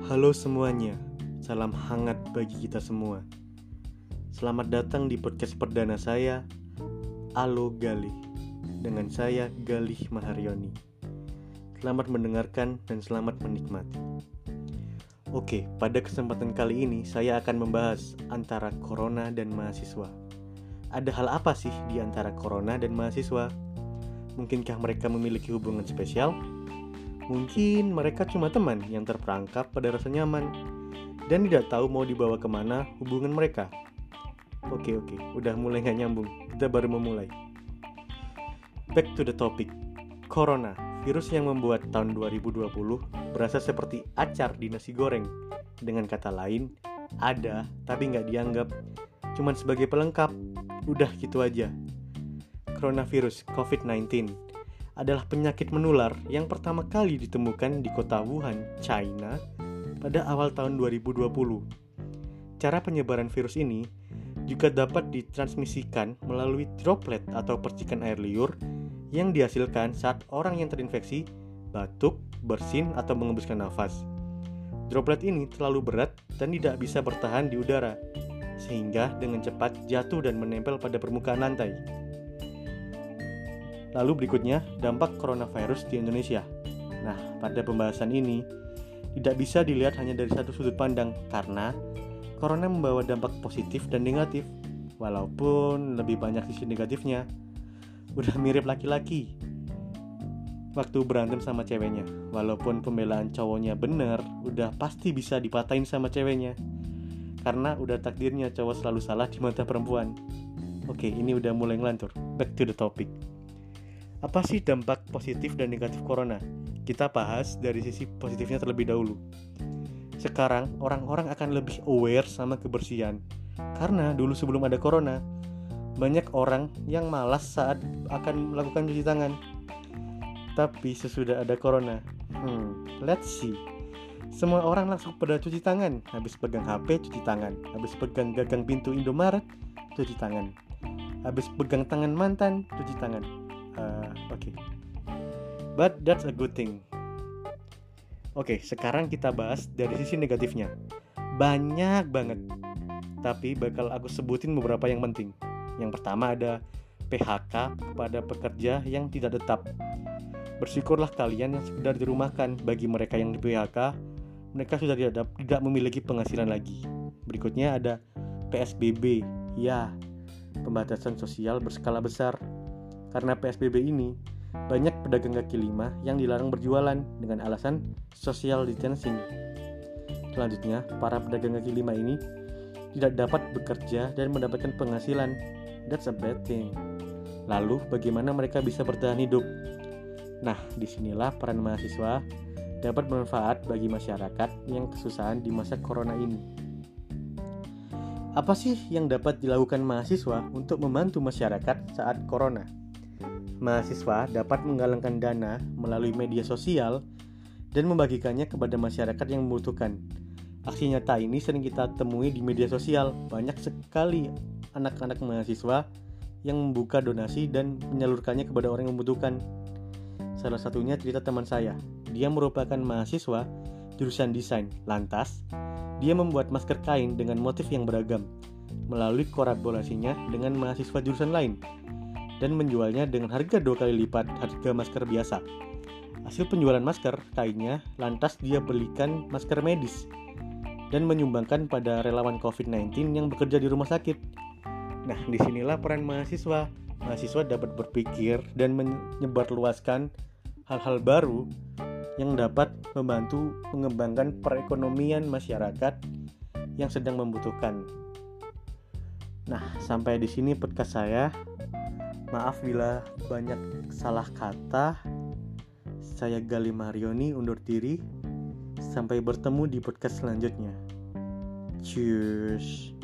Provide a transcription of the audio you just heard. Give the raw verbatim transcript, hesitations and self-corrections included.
Halo semuanya, salam hangat bagi kita semua. Selamat datang di podcast perdana saya, Alo Galih. Dengan saya, Galih Maharyoni. Selamat mendengarkan dan selamat menikmati. Oke, pada kesempatan kali ini saya akan membahas antara corona dan mahasiswa. Ada hal apa sih di antara corona dan mahasiswa? Mungkinkah mereka memiliki hubungan spesial? Mungkin mereka cuma teman yang terperangkap pada rasa nyaman dan tidak tahu mau dibawa kemana hubungan mereka. Oke oke, udah mulai gak nyambung, kita baru memulai. Back to the topic. Corona, virus yang membuat tahun dua ribu dua puluh berasa seperti acar di nasi goreng. Dengan kata lain, ada tapi gak dianggap, cuman sebagai pelengkap. Udah gitu aja. Coronavirus covid sembilan belas adalah penyakit menular yang pertama kali ditemukan di kota Wuhan, China pada awal tahun dua ribu dua puluh. Cara penyebaran virus ini juga dapat ditransmisikan melalui droplet atau percikan air liur yang dihasilkan saat orang yang terinfeksi batuk, bersin, atau mengembuskan nafas. Droplet ini terlalu berat dan tidak bisa bertahan di udara, sehingga dengan cepat jatuh dan menempel pada permukaan lantai. Lalu berikutnya, dampak coronavirus di Indonesia. Nah, pada pembahasan ini tidak bisa dilihat hanya dari satu sudut pandang, karena corona membawa dampak positif dan negatif, walaupun lebih banyak sisi negatifnya. Udah mirip laki-laki waktu berantem sama ceweknya, walaupun pembelaan cowoknya bener, udah pasti bisa dipatahin sama ceweknya, karena udah takdirnya cowok selalu salah di mata perempuan. Oke, ini udah mulai ngelantur. Back to the topic. Apa sih dampak positif dan negatif corona? Kita bahas dari sisi positifnya terlebih dahulu. Sekarang orang-orang akan lebih aware sama kebersihan, karena dulu sebelum ada corona, banyak orang yang malas saat akan melakukan cuci tangan. Tapi sesudah ada corona, hmm, let's see. Semua orang langsung pada cuci tangan. Habis pegang H P, cuci tangan. Habis pegang gagang pintu Indomaret, cuci tangan. Habis pegang tangan mantan, cuci tangan. Uh, Oke, okay. But that's a good thing. Oke, okay, sekarang kita bahas dari sisi negatifnya. Banyak banget, tapi bakal aku sebutin beberapa yang penting. Yang pertama ada P H K kepada pekerja yang tidak tetap. Bersyukurlah kalian yang sekedar dirumahkan. Bagi mereka yang di P H K, mereka sudah tidak, tidak memiliki penghasilan lagi. Berikutnya ada P S B B. Ya, pembatasan sosial berskala besar. Karena P S B B ini, banyak pedagang kaki lima yang dilarang berjualan dengan alasan social distancing. Selanjutnya, para pedagang kaki lima ini tidak dapat bekerja dan mendapatkan penghasilan. That's a bad thing. Lalu, bagaimana mereka bisa bertahan hidup? Nah, disinilah peran mahasiswa dapat bermanfaat bagi masyarakat yang kesusahan di masa corona ini. Apa sih yang dapat dilakukan mahasiswa untuk membantu masyarakat saat corona? Mahasiswa dapat menggalangkan dana melalui media sosial dan membagikannya kepada masyarakat yang membutuhkan. Aksi nyata ini sering kita temui di media sosial. Banyak sekali anak-anak mahasiswa yang membuka donasi dan menyalurkannya kepada orang yang membutuhkan. Salah satunya cerita teman saya. Dia merupakan mahasiswa jurusan desain. Lantas, dia membuat masker kain dengan motif yang beragam melalui kolaborasinya dengan mahasiswa jurusan lain dan menjualnya dengan harga dua kali lipat harga masker biasa. Hasil penjualan masker kainnya, lantas dia belikan masker medis dan menyumbangkan pada relawan covid sembilan belas yang bekerja di rumah sakit. Nah, disinilah peran mahasiswa. Mahasiswa dapat berpikir dan menyebarluaskan hal-hal baru yang dapat membantu mengembangkan perekonomian masyarakat yang sedang membutuhkan. Nah, sampai di sini podcast saya. Maaf bila banyak salah kata. Saya Galih Maharyoni undur diri. Sampai bertemu di podcast selanjutnya. Cheers.